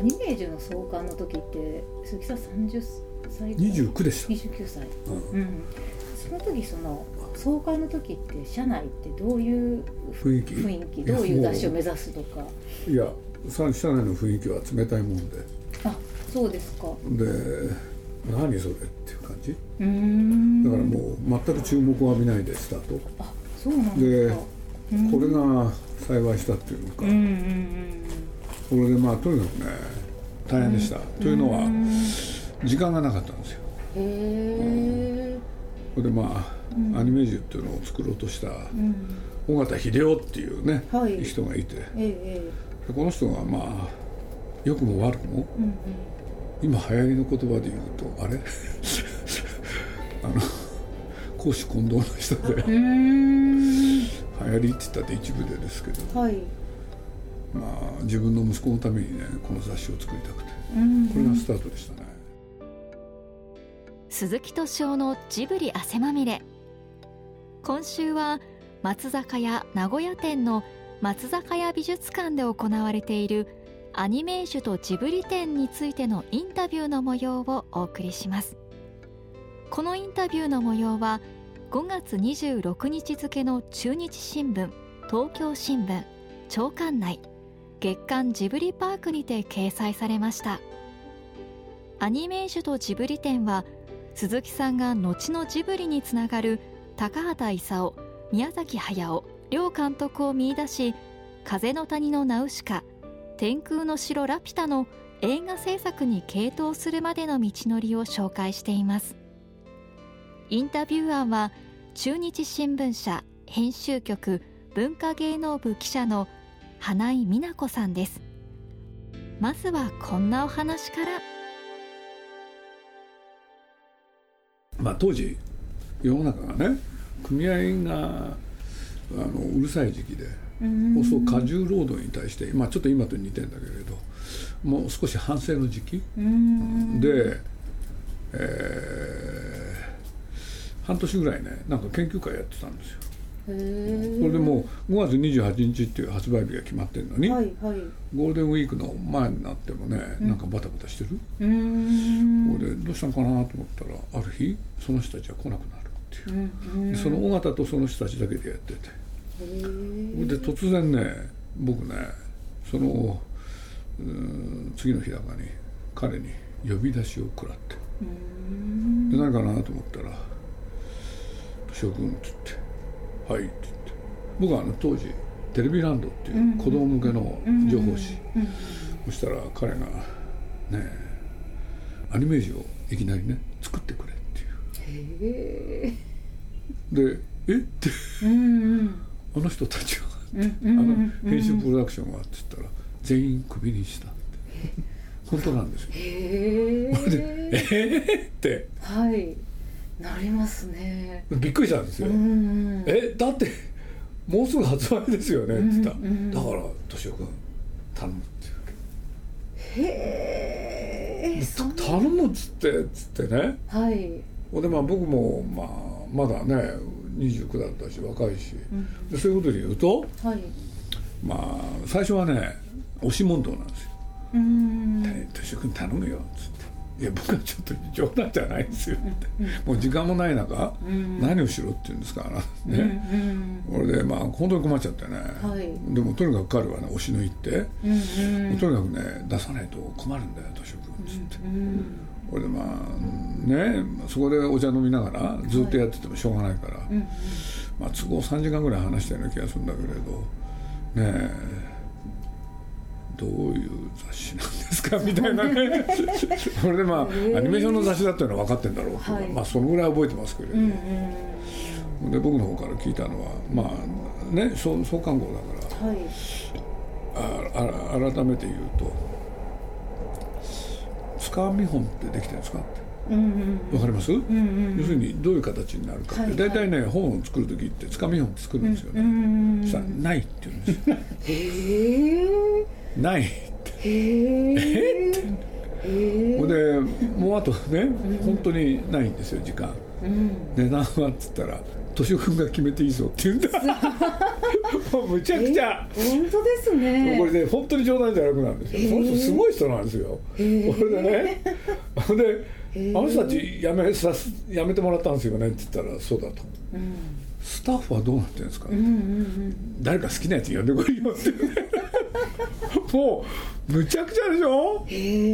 ニメージュの創刊の時って鈴木さん30歳 29でした。 29歳、その時その創刊の時って社内ってどういう雰囲気どういう雑誌を目指すとか。 いや社内の雰囲気は冷たいもんで。 あ、そうですか。 で何それっていう感じ。だからもう全く注目を浴びないでスタート。 あ、そうなんですか。 これが幸いしたっていうのか、これでまあとにかくね大変でした。というのは時間がなかったんですよ。それでまあ、アニメージュっていうのを作ろうとした緒方秀夫っていうね、人がいて、この人がまあ良くも悪くも、今流行りの言葉で言うとあれ公私混同の人で流行りって言ったって一部でですけど、まあ自分の息子のためにねこの雑誌を作りたくて、これがスタートでしたね。 鈴木敏夫のジブリ汗まみれ。今週は松坂屋名古屋店の松坂屋美術館で行われているアニメージュとジブリ展についてのインタビューの模様をお送りします。このインタビューの模様は5月26日付の中日新聞、東京新聞、朝刊内、月刊ジブリパークにて掲載されました。アニメージュとジブリ展は鈴木さんが後のジブリにつながる高畑勲、宮崎駿両監督を見出し、風の谷のナウシカ、天空の城ラピュタの映画制作に傾倒するまでの道のりを紹介しています。インタビュアーは中日新聞社編集局文化芸能部記者の花井美奈子さんです。まずはこんなお話から。 まあ、当時世の中がね組合がうるさい時期で、そう過重労働に対して、まあ、ちょっと今と似てるんだけれどもう少し反省の時期で、半年ぐらいねなんか研究会やってたんですよ。それでもう5月28日っていう発売日が決まってるのに、ゴールデンウィークの前になってもね、なんかバタバタしてる。それでどうしたのかなと思ったらある日その人たちは来なくなるっていう、その緒方とその人たちだけでやってて、で突然ね僕ねその次の日だかに彼に呼び出しを食らって、で何かなと思ったら「敏夫君」って言って「はい」って言って、僕は当時テレビランドっていう子供向けの情報誌、そしたら彼がねアニメージュをいきなりね作ってくれっていう。で「えっ?」てあの人たちは編集プロダクションはって言ったら全員クビにしたって本当なんですよ。ってなりますね。 びっくりしたんですよ。だってもうすぐ発売ですよねって言ったら、だから敏夫君頼むっていうわけ。頼むっつってね。でまあ僕もまだね29だったし若いし、でそういうことで言うと、まあ最初はね押し問答なんですよ。敏夫君頼むよっつって。いや僕はちょっと冗談じゃないんですよって、もう時間もない中、何をしろって言うんですからね。これでまあ本当に困っちゃってね、でもとにかく彼はね押し抜いて、とにかくね出さないと困るんだよ敏夫君っつって、これでまあねそこでお茶飲みながらずっとやっててもしょうがないから、まあ都合3時間ぐらい話したような気がするんだけれどねどういう雑誌なんですかみたいなねそれでまあアニメーションの雑誌だっていうのは分かってるんだろうけど、まあそのぐらい覚えてますけれど、で僕の方から聞いたのはまあね創刊号だから、改めて言うと塚見本ってできてるんですかって。わかります？要するにどういう形になるかって、大体ね本を作る時って塚見本って作るんですよね。そしたらないって言うんですよ。ないって。でもうあとね本当にないんですよ時間。値段はっつったら敏夫君が決めていいぞって言うんだもうむちゃくちゃ本当ですね。 これね本当に冗談じゃなくなるんですよ。その人すごい人なんですよ。これでねであの人たち辞めてもらったんですよねって言ったらそうだと、スタッフはどうなってるんですか、誰か好きなやつ呼んでこいよってもうむちゃくちゃでしょ。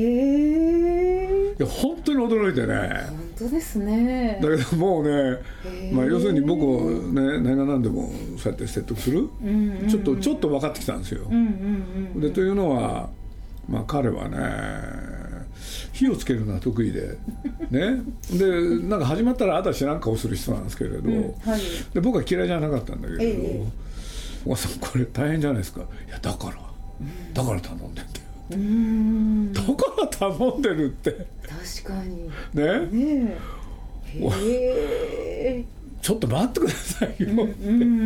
いや本当に驚いてね。 本当ですね。 だけどもうね、要するに僕をね何が何でもそうやって説得する、ちょっと分かってきたんですよ。でというのは、彼はね火をつけるのは得意でねでなんか始まったらあたしなんかをする人なんですけれど、で僕は嫌いじゃなかったんだけれど、お母さんこれ大変じゃないですか。いやだから頼んでんだよ。だから頼んでるって確かにねちょっと待ってくださいよって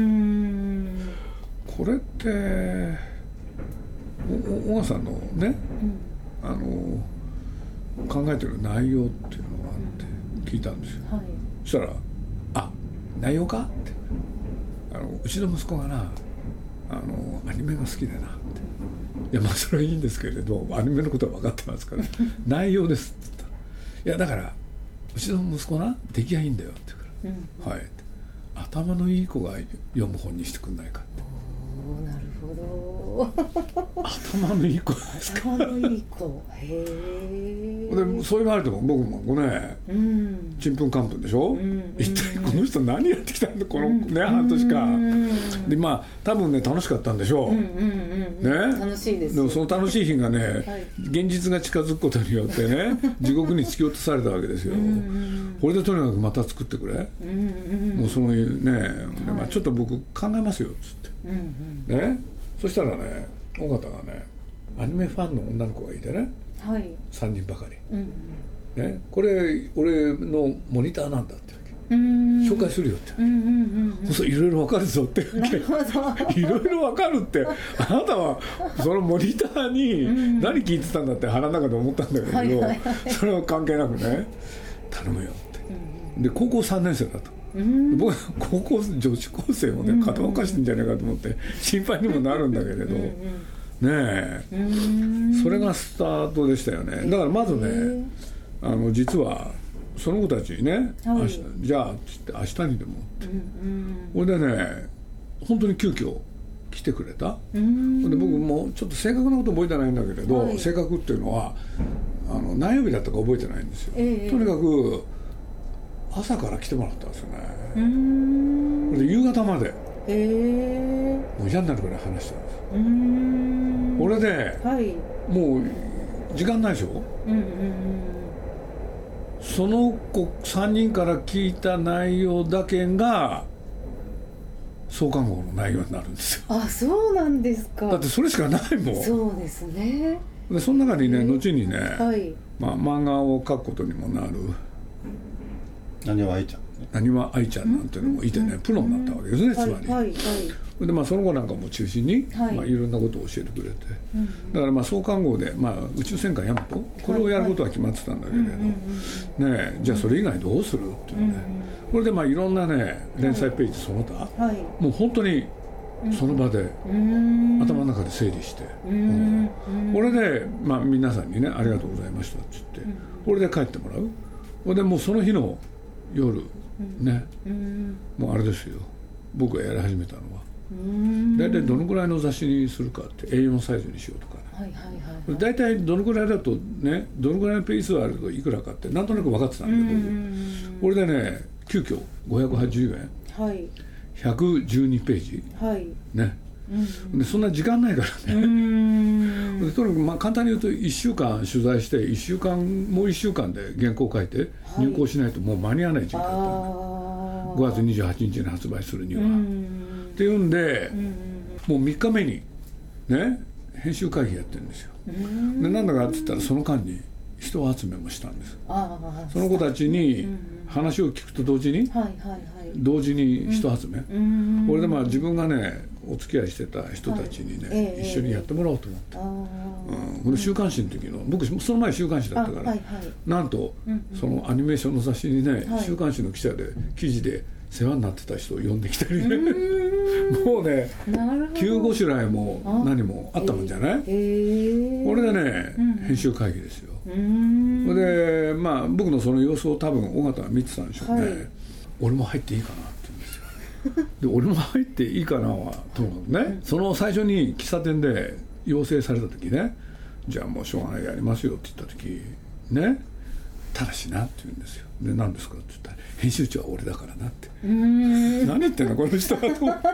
これって小川さんのね、考えてる内容っていうのがあって聞いたんですよ、そしたら内容かってうちの息子がなアニメが好きでなって。いやそれはいいんですけれどアニメのことは分かってますから内容ですって言ったらいやだからうちの息子な出来がいいんだよって言うから、はい頭のいい子が読む本にしてくんないかって。 なるほど頭のいい子ですか。 頭のいい子へえ。 でそう言われても僕もねちんぷんかんぷんでしょ、一体この人何やってきたんだこのね半年間で多分ね楽しかったんでしょう、ね楽しいです。 でもその楽しい日がね、現実が近づくことによってね地獄に突き落とされたわけですよ。これでとにかくまた作ってくれ、もうそういうね、ちょっと僕考えますよっつって、ねそしたらね尾形がねアニメファンの女の子がいてね、3人ばかり、ね、これ俺のモニターなんだって紹介するよってそういろいろ分かるぞっていろいろ分かるってあなたはそのモニターに何聞いてたんだって腹の中で思ったんだけどそれは関係なくね頼むよってで高校3年生だと僕は高校女子高生をね片おかしてんじゃないかと思って心配にもなるんだけれどねえそれがスタートでしたよね。だからまずね実はその子たちにね、じゃあっつって明日にでもってそれでね本当に急遽来てくれた。で僕もちょっと正確なこと覚えてないんだけれど、正確っていうのは何曜日だったか覚えてないんですよ、とにかく朝から来てもらったんですよね。で夕方までもう嫌になるぐらい話したんです。これで、もう時間ないでしょ、その子3人から聞いた内容だけが創刊号の内容になるんですよ。 そうなんですか。 だってそれしかないもん。 そうですね。 でその中にね後にね、漫画を描くことにもなるなにわ愛ちゃんなんていうのもいてね、プロになったわけですね、つまり。でその後なんかも中心に、いろんなことを教えてくれて、だから創刊号で、宇宙戦艦ヤマトこれをやることは決まってたんだけれど、じゃあそれ以外どうするっていうね、これでいろんなね連載ページその他、もう本当にその場で頭の中で整理して、これで皆さんにねありがとうございましたって言って、これで帰ってもらう。これでもうその日の夜ね、もうあれですよ僕がやり始めたのは大体どのくらいの雑誌にするかって A4 サイズにしようとかね、大体どのくらいだとねどのくらいのページ数あるといくらかってなんとなく分かってたんで僕これでね急遽580円、112ページ、ね、でそんな時間ないからねでとにかく簡単に言うと1週間取材してもう1週間で原稿を書いて入稿しないともう間に合わない時間だったんで、5月28日に発売するにはっていうんで、もう3日目にね編集会議やってるんですよ。でなんだかって言ったらその間に人集めもしたんです。その子たちに話を聞くと同時に人集め、これで自分がねお付き合いしてた人たちにね、一緒にやってもらおうと思って、この週刊誌の時の僕その前週刊誌だったから、なんとそのアニメーションの雑誌にね、週刊誌の記者で記事で世話になってた人を呼んできたりねもうね急ごしらえも何もあったもんじゃない。これでね、編集会議ですよ。でまあ僕のその様子を多分尾形は見てたんでしょうね、俺も入っていいかなって言うんですよで俺も入っていいかなはともかくね、その最初に喫茶店で要請された時ね、じゃあもうしょうがないやりますよって言った時ね、ただしなって言うんですよ。で何ですかって言ったら、編集長は俺だからなって。何言ってんのこの人はと思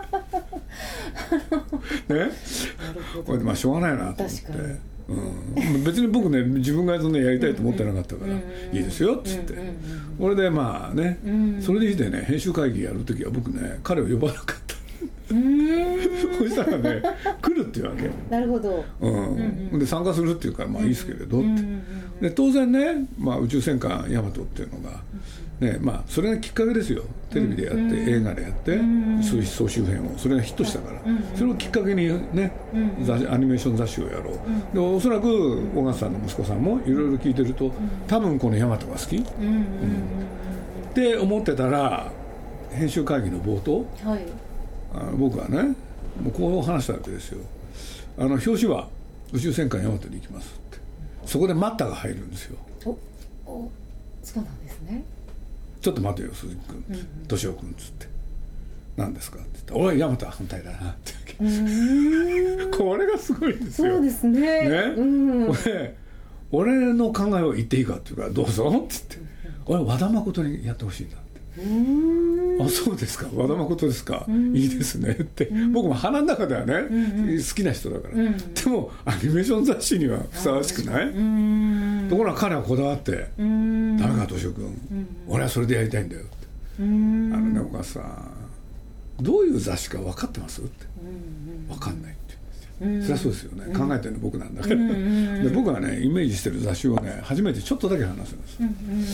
ってね、これでまあしょうがないなと思って、別に僕ね自分がそんなやりたいと思ってなかったから、いいですよっつって、これでまあね、それでいてね、編集会議やるときは僕ね彼を呼ばなかったそしたらね来るっていうわけ。 なるほど。 で参加するっていうからまあいいですけれどって、で当然ね、まあ、宇宙戦艦ヤマトっていうのが、ね、まあそれがきっかけですよ。テレビでやって、映画でやって、そういう総集編をそれがヒットしたから、それをきっかけにね、アニメーション雑誌をやろう、でおそらく小笠さんの息子さんもいろいろ聞いてると多分このヤマトが好き、って思ってたら編集会議の冒頭、僕はねもうこう話したわけですよ。表紙は宇宙戦艦ヤマトに行きますって、そこでマッタが入るんですよ。 そうなんですね。 ちょっと待てよ鈴木君、敏夫君っつって、何ですかって言ったら、俺はヤマトは反対だなってこれがすごいんですよ。 そうですね。 俺の考えを言っていいかっていうから、どうぞって言って、俺は和田誠にやってほしいんだって。あ、そうですか、和田誠ですか、いいですねって、僕も鼻の中ではね、好きな人だから、でもアニメーション雑誌にはふさわしくない、ところが彼はこだわって「ダメか敏夫君、俺はそれでやりたいんだよ」って「ねお母さんどういう雑誌か分かってます?」って「分かんない」って言うんですよ。そりゃそうですよね、考えてるの僕なんだからで僕はねイメージしてる雑誌をね初めてちょっとだけ話すんです。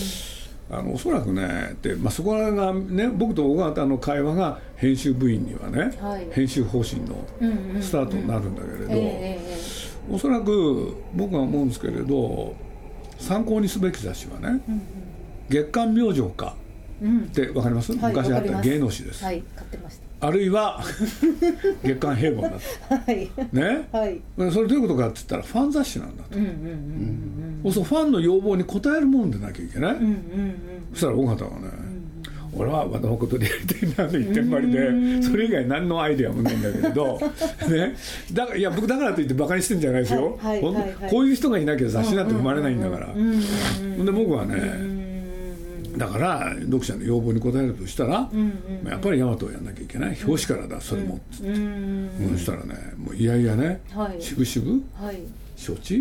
おそらくねで、そこがね、僕と小形の会話が編集部員にはね、編集方針のスタートになるんだけれど、おそらく僕は思うんですけれど、参考にすべき雑誌はね、月刊明星かって分かります？昔あった芸能誌です。 買ってました。 あるいは月刊平凡だとね、それどういうことかって言ったらファン雑誌なんだと。そうファンの要望に応えるもんでなきゃいけない。そしたら尾形はね、俺は和田誠でやりたいなと一点張りで、それ以外何のアイデアもないんだけれどね、だからいや僕だからといってバカにしてんじゃないですよ。こういう人がいなきゃ雑誌なんて生まれないんだから。で僕はねだから読者の要望に応えるとしたら、やっぱりヤマトをやんなきゃいけない、表紙からだそれもっつって、そしたらねもういやいやね、渋々承知。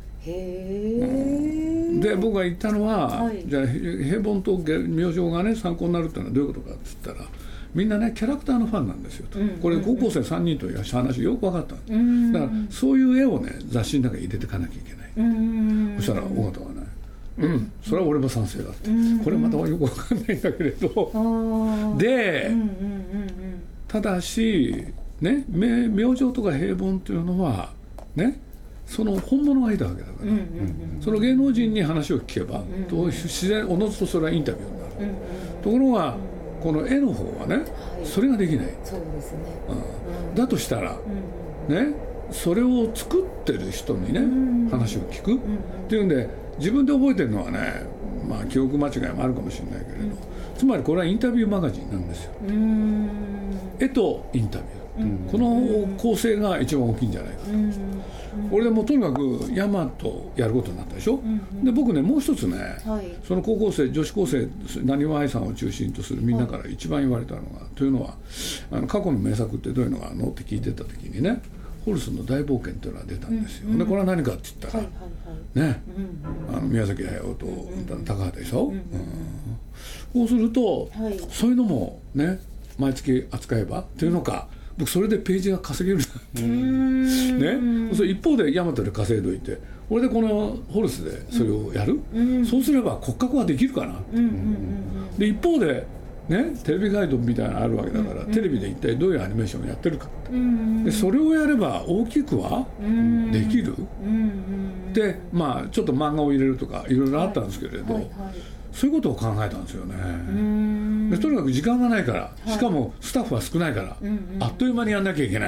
で僕が言ったのは、じゃあ平凡と明星がね参考になるってのはどういうことかって言ったら、みんなねキャラクターのファンなんですよと、これ高校生3人という話よく分かった。だからそういう絵をね雑誌の中に入れていかなきゃいけない。そしたら尾形はね、それは俺も賛成だって、これまたよく分かんないんだけれど、で、ただしね明星とか平凡というのはねその本物がいたわけだから、その芸能人に話を聞けば、自然おのずとそれはインタビューになる。ところがこの絵の方はね、それができない。 そうですね。 だとしたらね、それを作ってる人にね話を聞くっていうんで、自分で覚えてるのはね、記憶間違いもあるかもしれないけれど、つまりこれはインタビューマガジンなんですよ。絵とインタビュー、この構成が一番大きいんじゃないかと。俺でもとにかくヤマトやることになったでしょ。で僕ねもう一つね、その高校生女子高生なにわ愛さんを中心とするみんなから一番言われたのが、というのは過去の名作ってどういうのがあるのって聞いてた時にね、ホルスの大冒険というのが出たんですよ。でこれは何かって言ったらね、宮崎駿と高畑勲、こうすると、そういうのもね毎月扱えばっていうのか、僕それでページが稼げるね。それ一方でヤマトで稼いどいて、俺でこのホルスでそれをやる、そうすれば骨格はできるかな、で一方でねテレビガイドみたいなのあるわけだから、テレビで一体どういうアニメーションをやってるか、でそれをやれば大きくはできる、でちょっと漫画を入れるとかいろいろあったんですけれど、そういうことを考えたんですよね。 でとにかく時間がないから、しかもスタッフは少ないから、あっという間にやんなきゃいけない。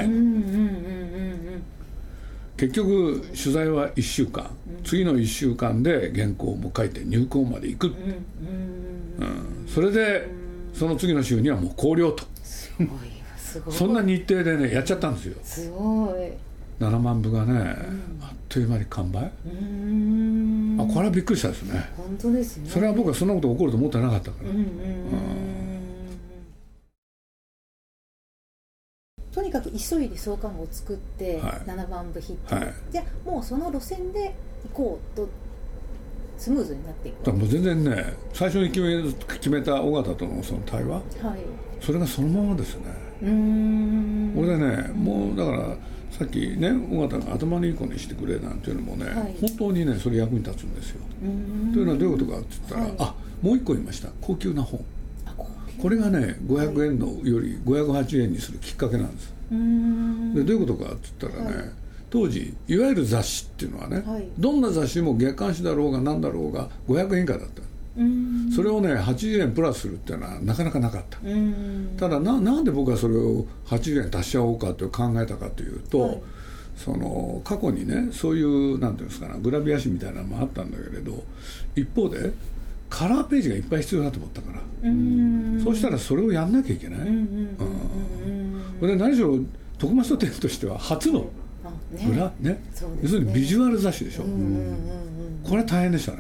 結局取材は1週間、次の1週間で原稿も書いて入稿まで行く、それでその次の週にはもう考慮と、 すごいそんな日程でねやっちゃったんですよ。 すごい。 7万部がね、あっという間に完売。これはびっくりしたですね。 本当ですね。 それは僕はそんなこと起こると思ってなかったから。 とにかく急いで創刊号を作って、7万部ヒット、じゃあもうその路線で行こうとスムーズになっていく。 もう全然ね、最初に決めた尾形とのその対話、それがそのままですね。俺でね、もうだからさっきね、尾形が頭のいい子にしてくれなんていうのもね、本当にねそれ役に立つんですよ。というのはどういうことかって言ったら、もう一個言いました。高級な本。これがね500円のより580円にするきっかけなんです。でどういうことかって言ったらね、当時いわゆる雑誌っていうのはね、どんな雑誌も月刊誌だろうが何だろうが500円以下だった。それをね80円プラスするっていうのはなかなかなかった。ただなんで僕はそれを80円足しちゃおうかと考えたかというと、その過去にねそういうなんていうんですかな、グラビア誌みたいなのもあったんだけれど、一方でカラーページがいっぱい必要だと思ったから、そうしたらそれをやんなきゃいけない。で何しろ徳間書店としては初のグラね、要するにビジュアル雑誌でしょ。これ大変でしたね。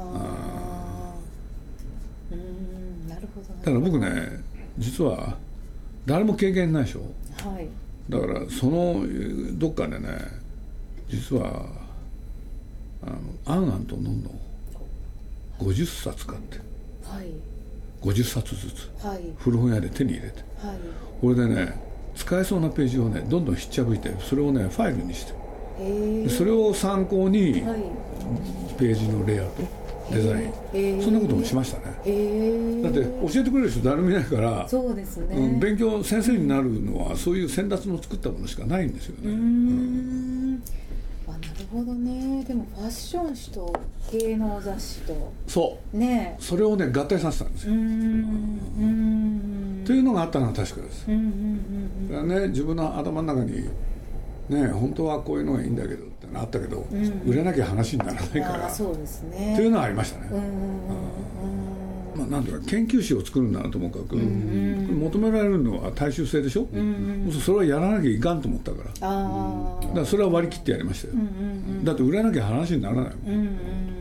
だから僕ね、実は誰も経験ないでしょ。だからそのどっかでね、実はアンアンとノンの50冊買って、50冊ずつ、古本屋で手に入れて、これでね使えそうなページをねどんどんひっちゃぶいて、それをねファイルにして、それを参考にページのレイアウト、デザイン、そんなこともしましたね。だって教えてくれる人誰もいないから、 そうですね、 勉強先生になるのはそういう先達の作ったものしかないんですよね。 なるほどね。でもファッション誌と芸能雑誌とそうね、 それをね合体させたんですよ。というのがあったのは確かです。だからね、自分の頭の中にね、本当はこういうのがいいんだけどってあったけど、売れなきゃ話にならないから、 そうですね、 というのはありましたね。なんていうか研究誌を作るんだなともかく、求められるのは大衆性でしょ。それはやらなきゃいかんと思ったから、だからそれは割り切ってやりましたよ。だって売れなきゃ話にならないもん。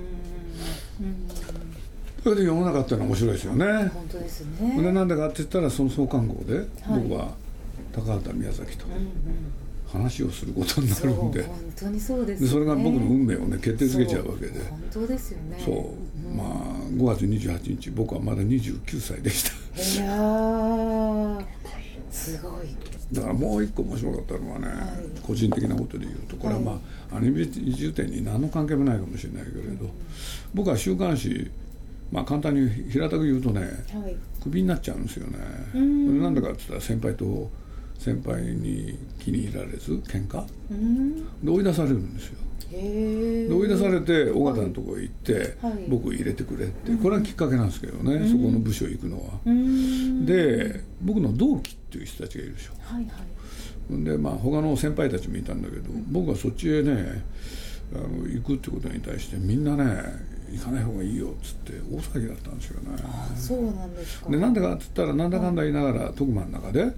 それで世の中ってのは面白いですよね。 本当ですね。 でなんでかって言ったら、その創刊号で僕は高畑宮崎と話をすることになるんで、 本当にそうですね。 でそれが僕の運命をね決定づけちゃうわけで。 本当ですよね。 そう、5月28日僕はまだ29歳でした。 いやーすごい。 だからもう一個面白かったのはね、個人的なことで言うと、これはアニメ移住展に何の関係もないかもしれないけれど、僕は週刊誌、簡単に平たく言うとね、クビになっちゃうんですよね。なんでかって言ったら、先輩に気に入られず喧嘩で追い出されるんですよ。で追い出されて尾形のところへ行って、僕入れてくれって、これはきっかけなんですけどね、そこの部署行くのは。で僕の同期っていう人たちがいるでしょ。で他の先輩たちもいたんだけど、僕はそっちへね行くってことに対してみんなね、行かない方がいいよっつって大騒ぎだったんですよね。 そうなんですか。 でなんでかって言ったら、なんだかんだ言いながら徳間の中で、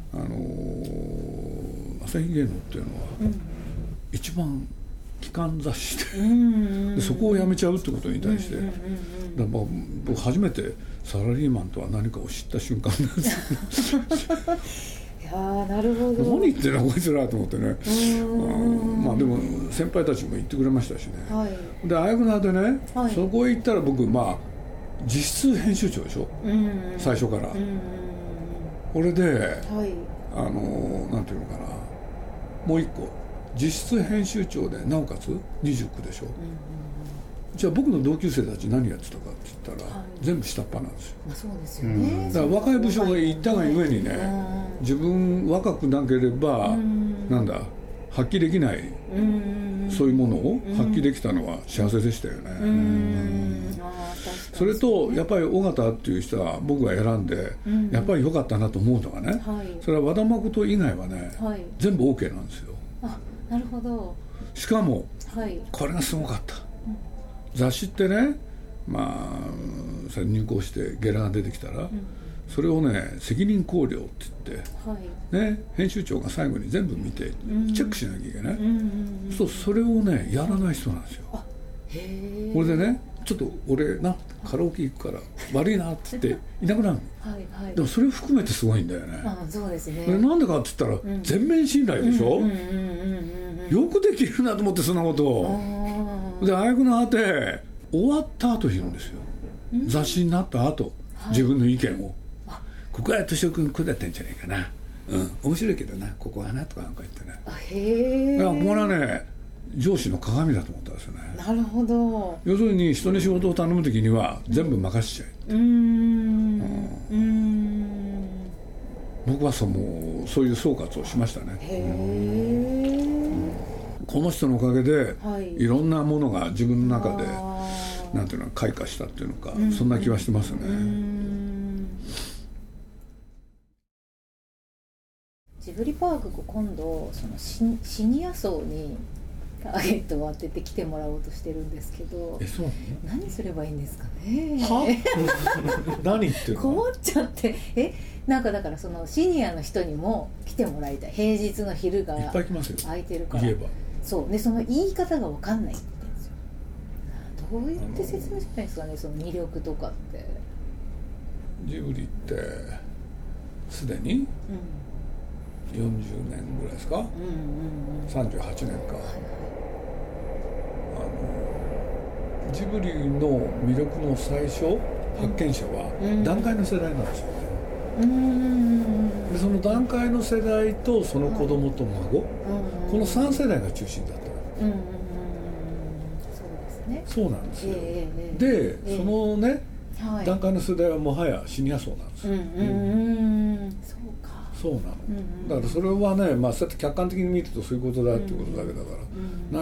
朝日芸能っていうのは一番機関雑誌で、そこを辞めちゃうってことに対して、僕初めてサラリーマンとは何かを知った瞬間なんですよ。 なるほど。 何言ってんのこいつらと思ってね。でも先輩たちも言ってくれましたしね。であやくなでね、そこへ行ったら僕実質編集長でしょ、最初から。これで、なんていうのかな、もう一個実質編集長でなおかつ29でしょ。じゃあ僕の同級生たち何やってたかって言ったら、全部下っ端なんですよ。 そうですよね。 だから若い部署が行ったがゆえにね、自分若くなければ発揮できない、そういうものを発揮できたのは幸せでしたよね。 それとやっぱり緒方っていう人は僕が選んで、やっぱり良かったなと思うのがね、それは和田誠以外はね、全部 OK なんですよ。 あ、なるほど。 しかも、これがすごかった、雑誌ってね、それ入稿してゲラが出てきたら、それをね責任考慮って言って、ね、編集長が最後に全部見てチェックしなきゃいけない、それをねやらない人なんですよ。これでね、ちょっと俺カラオケ行くから悪いなって言っていなくなるの。でもそれを含めてすごいんだよね。 そうですね。 なんでかって言ったら、全面信頼でしょ。よくできるなと思って、そんなことを。で挙句の果て終わった後言うんですよ、雑誌になった後、自分の意見を、ここは敏夫君こうだったんじゃないかな、面白いけどな、ここはなとかなんか言ってね。だからこれはね、上司の鏡だと思ったんですよね。 なるほど。 要するに人に仕事を頼むときには全部任せちゃえ、僕はそういう総括をしましたね。この人のおかげで、いろんなものが自分の中でなんていうの開花したっていうのか、そんな気はしてますね。 ジブリパーク今度そのシニア層にターゲットを当てて来てもらおうとしてるんですけど、 そうなの？ 何すればいいんですかね。 何言ってるの？ 困っちゃって、なんかだからそのシニアの人にも来てもらいたい。平日の昼が空いてるから。 言えばそうで、その言い方が分かんないって言うんですよ。どうやって説明したらいいんですかね、その魅力とかって。 ジブリってすでに40年ぐらいですか、38年か、ジブリの魅力の最初発見者は団塊の世代なんですよね。でその団塊の世代とその子供と孫、この3世代が中心だった。そうなんですよ。で、そのね、団塊の世代はもはやシニア層なんですよ。そうなの、だからそれはね、そうやって客観的に見るとそういうことだっていうことだけだから、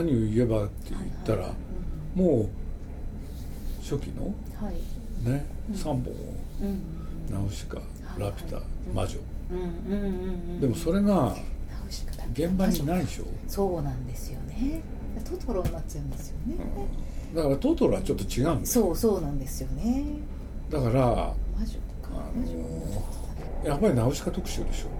何を言えばって言ったら、もう初期のね、3本をナウシカ、ラピュタ、魔女、でもそれが現場にないでしょ。 そうなんですよね。トトロになっちゃうんですよね。 だからトトロはちょっと違うんですよ。そうなんですよね。 だから魔女やっぱりナウシカ特集でしょ。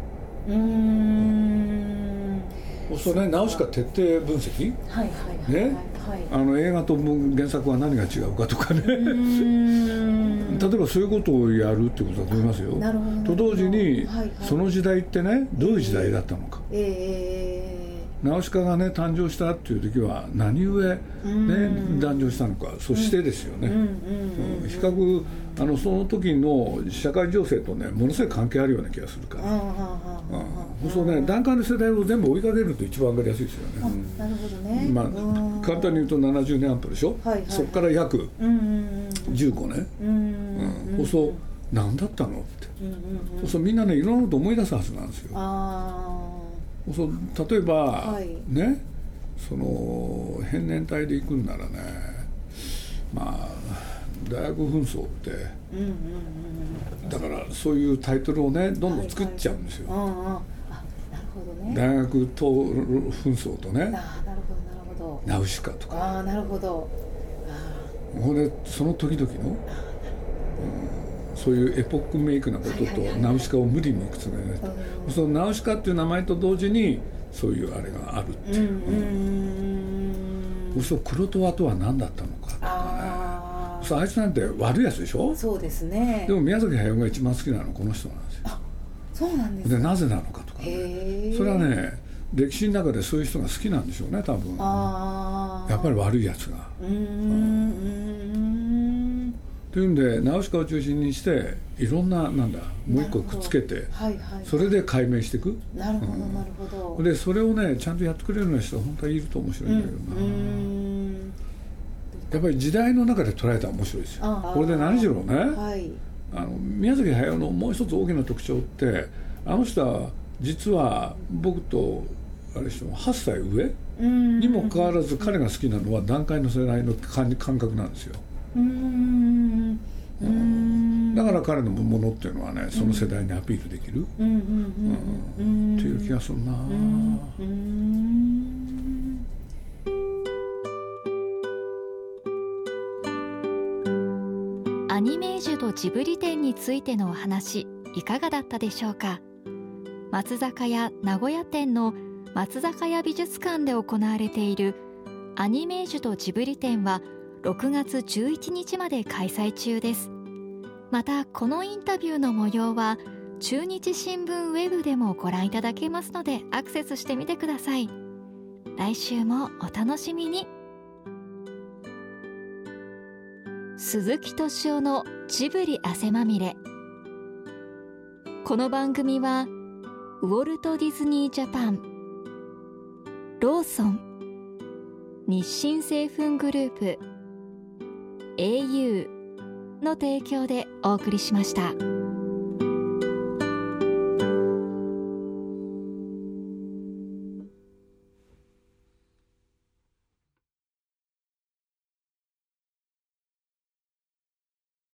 そうね、ナウシカ徹底分析、映画と原作は何が違うかとかね、例えばそういうことをやるってことだと思いますよ。と同時に、その時代ってね、どういう時代だったのか、ナウシカがね誕生したっていう時は何故ね誕生したのか、そしてですよね、比較その時の社会情勢とねものすごい関係あるような気がするから、そうね、団塊の世代を全部追いかけると一番分かりやすいですよね。 なるほどね。 簡単に言うと70年安保でしょ、そこから約15年、そう何だったのって、そうみんなねいろんなこと思い出すはずなんですよ。そう例えば、ね、その変年体で行くんならね、大学紛争って、だからそういうタイトルをねどんどん作っちゃうんですよ。なるほどね。大学と紛争とね、ナウシカとか。 なるほど。 その時々の、そういうエポックメイクなこととナウシカを無理にいくつもりないと、そのナウシカっていう名前と同時にそういうあれがあるっていう、そう黒トワとは何だったのかとかね、そうあいつなんて悪いやつでしょ。そうですね。でも宮崎駿が一番好きなのはこの人なんですよ。そうなんですか。でなぜなのかとかね、それはね歴史の中でそういう人が好きなんでしょうね多分。やっぱり悪いやつが。というんでナウシカを中心にしていろんなもう一個くっつけて、それで解明していく。なるほどなるほど。でそれをねちゃんとやってくれるような人は本当はいると面白いんだけどな。やっぱり時代の中で捉えたら面白いですよ。これで何しろね、宮崎駿のもう一つ大きな特徴って、あの人は実は僕とあれしても8歳上にもかかわらず彼が好きなのは団塊の世代の感覚なんですよ。 だから彼のものっていうのはね、その世代にアピールできるっていう気がするな。 アニメージュとジブリ展についてのお話いかがだったでしょうか。松坂屋名古屋店の松坂屋美術館で行われているアニメージュとジブリ展は6月11日まで開催中です。またこのインタビューの模様は中日新聞ウェブでもご覧いただけますのでアクセスしてみてください。来週もお楽しみに。鈴木敏夫のジブリ汗まみれ。この番組はウォルト・ディズニー・ジャパン、ローソン、日清製粉グループ、au の提供でお送りしました。